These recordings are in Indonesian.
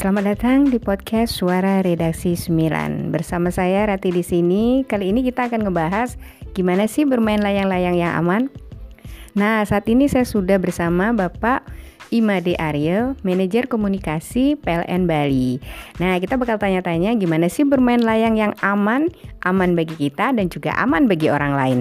Selamat datang di podcast Suara Redaksi 9. Bersama saya Rati di sini. Kali ini kita akan ngebahas gimana sih bermain layang-layang yang aman. Nah, saat ini saya sudah bersama Bapak Imade Ariel, Manajer Komunikasi PLN Bali. Nah, kita bakal tanya-tanya gimana sih bermain layang yang aman bagi kita dan juga aman bagi orang lain.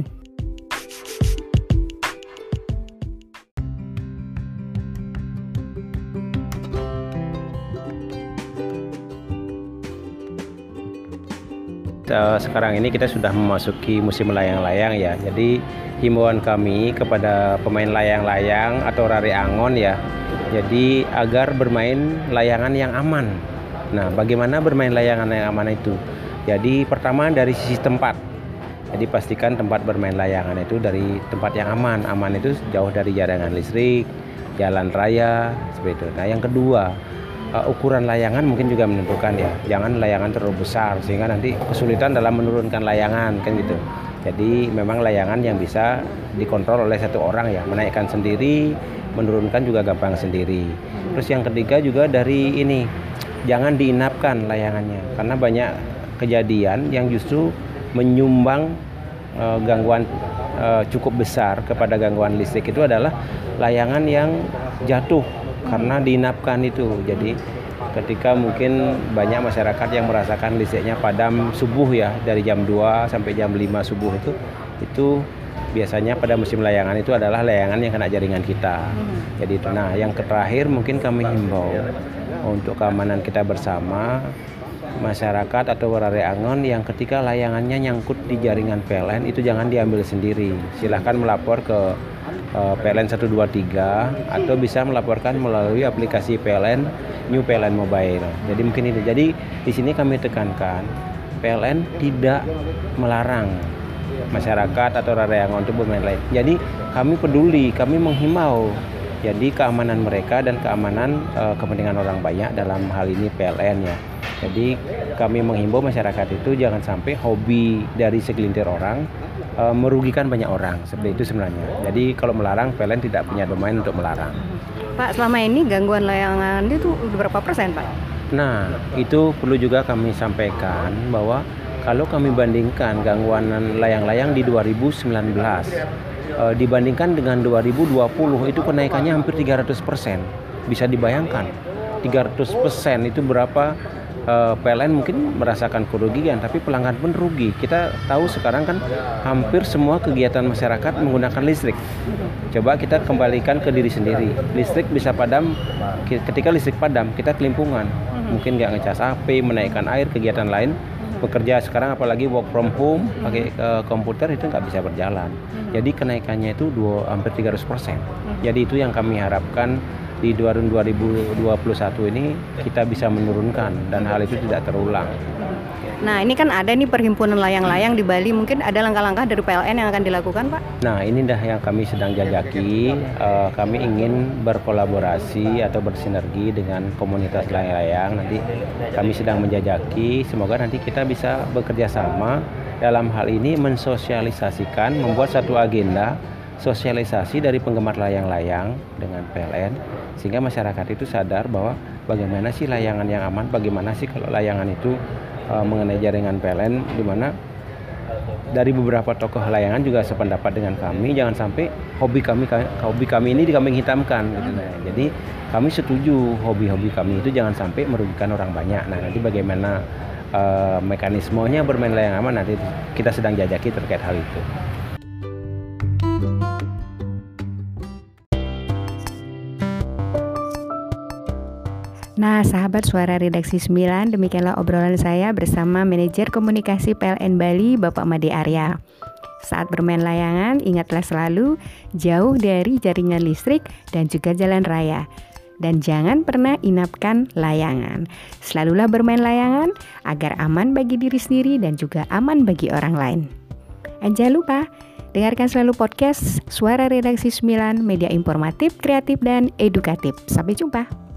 Sekarang ini kita sudah memasuki musim layang-layang ya. Jadi himbauan kami kepada pemain layang-layang atau rari angon ya. Jadi agar bermain layangan yang aman. Nah, bagaimana bermain layangan yang aman itu? Jadi pertama dari sisi tempat. Jadi pastikan tempat bermain layangan itu dari tempat yang aman. Aman itu jauh dari jaringan listrik, jalan raya, seperti itu. Nah, yang kedua, ukuran layangan mungkin juga menentukan ya. Jangan layangan terlalu besar sehingga nanti kesulitan dalam menurunkan layangan kan gitu. Jadi memang layangan yang bisa dikontrol oleh satu orang ya, menaikkan sendiri, menurunkan juga gampang sendiri. Terus yang ketiga juga dari ini, jangan diinapkan layangannya karena banyak kejadian yang justru menyumbang gangguan cukup besar kepada gangguan listrik itu adalah layangan yang jatuh karena diinapkan itu. Jadi ketika mungkin banyak masyarakat yang merasakan listriknya padam subuh ya, dari jam 2 sampai jam 5 subuh itu biasanya pada musim layangan itu adalah layangan yang kena jaringan kita. Jadi itu. Nah, yang terakhir mungkin kami himbau untuk keamanan kita bersama, masyarakat atau warga angon yang ketika layangannya nyangkut di jaringan PLN itu jangan diambil sendiri. Silahkan melapor ke PLN 123 atau bisa melaporkan melalui aplikasi PLN New PLN Mobile. Jadi mungkin itu. Jadi di sini kami tekankan PLN tidak melarang masyarakat atau rarayangan untuk bermain lain. Jadi kami peduli, kami menghimbau. Jadi keamanan mereka dan keamanan kepentingan orang banyak dalam hal ini PLN ya. Jadi kami menghimbau masyarakat itu jangan sampai hobi dari segelintir orang merugikan banyak orang, seperti itu sebenarnya. Jadi kalau melarang, PLN tidak punya domain untuk melarang. Pak, selama ini gangguan layangan itu berapa persen, Pak? Nah, itu perlu juga kami sampaikan bahwa kalau kami bandingkan gangguan layang-layang di 2019 dibandingkan dengan 2020 itu kenaikannya hampir 300%. Bisa dibayangkan 300% itu berapa. PLN mungkin merasakan kerugian, tapi pelanggan pun rugi. Kita tahu sekarang kan hampir semua kegiatan masyarakat menggunakan listrik. Coba kita kembalikan ke diri sendiri. Listrik bisa padam, ketika listrik padam kita kelimpungan. Mungkin nggak ngecas HP, menaikkan air, kegiatan lain. Bekerja sekarang apalagi work from home, pakai komputer itu nggak bisa berjalan. Jadi kenaikannya itu hampir 300%. Jadi itu yang kami harapkan di 2021 ini kita bisa menurunkan dan hal itu tidak terulang. Nah, ini kan ada nih perhimpunan layang-layang di Bali, mungkin ada langkah-langkah dari PLN yang akan dilakukan, Pak? Nah, ini dah yang kami sedang jajaki. Kami ingin berkolaborasi atau bersinergi dengan komunitas layang-layang. Nanti kami sedang menjajaki, semoga nanti kita bisa bekerja sama dalam hal ini mensosialisasikan, membuat satu agenda sosialisasi dari penggemar layang-layang dengan PLN sehingga masyarakat itu sadar bahwa bagaimana sih layangan yang aman, bagaimana sih kalau layangan itu mengenai jaringan PLN, di mana dari beberapa tokoh layangan juga sependapat dengan kami, jangan sampai hobi kami ini dikambing hitamkan gitu. Nah, jadi kami setuju hobi-hobi kami itu jangan sampai merugikan orang banyak. Nah, nanti bagaimana mekanismenya bermain layang aman nanti kita sedang jajaki terkait hal itu. Nah, sahabat Suara Redaksi 9, demikianlah obrolan saya bersama Manajer Komunikasi PLN Bali, Bapak Imade Ariel. Saat bermain layangan, ingatlah selalu jauh dari jaringan listrik dan juga jalan raya. Dan jangan pernah inapkan layangan. Selalulah bermain layangan agar aman bagi diri sendiri dan juga aman bagi orang lain. Dan jangan lupa, dengarkan selalu podcast Suara Redaksi 9, media informatif, kreatif, dan edukatif. Sampai jumpa.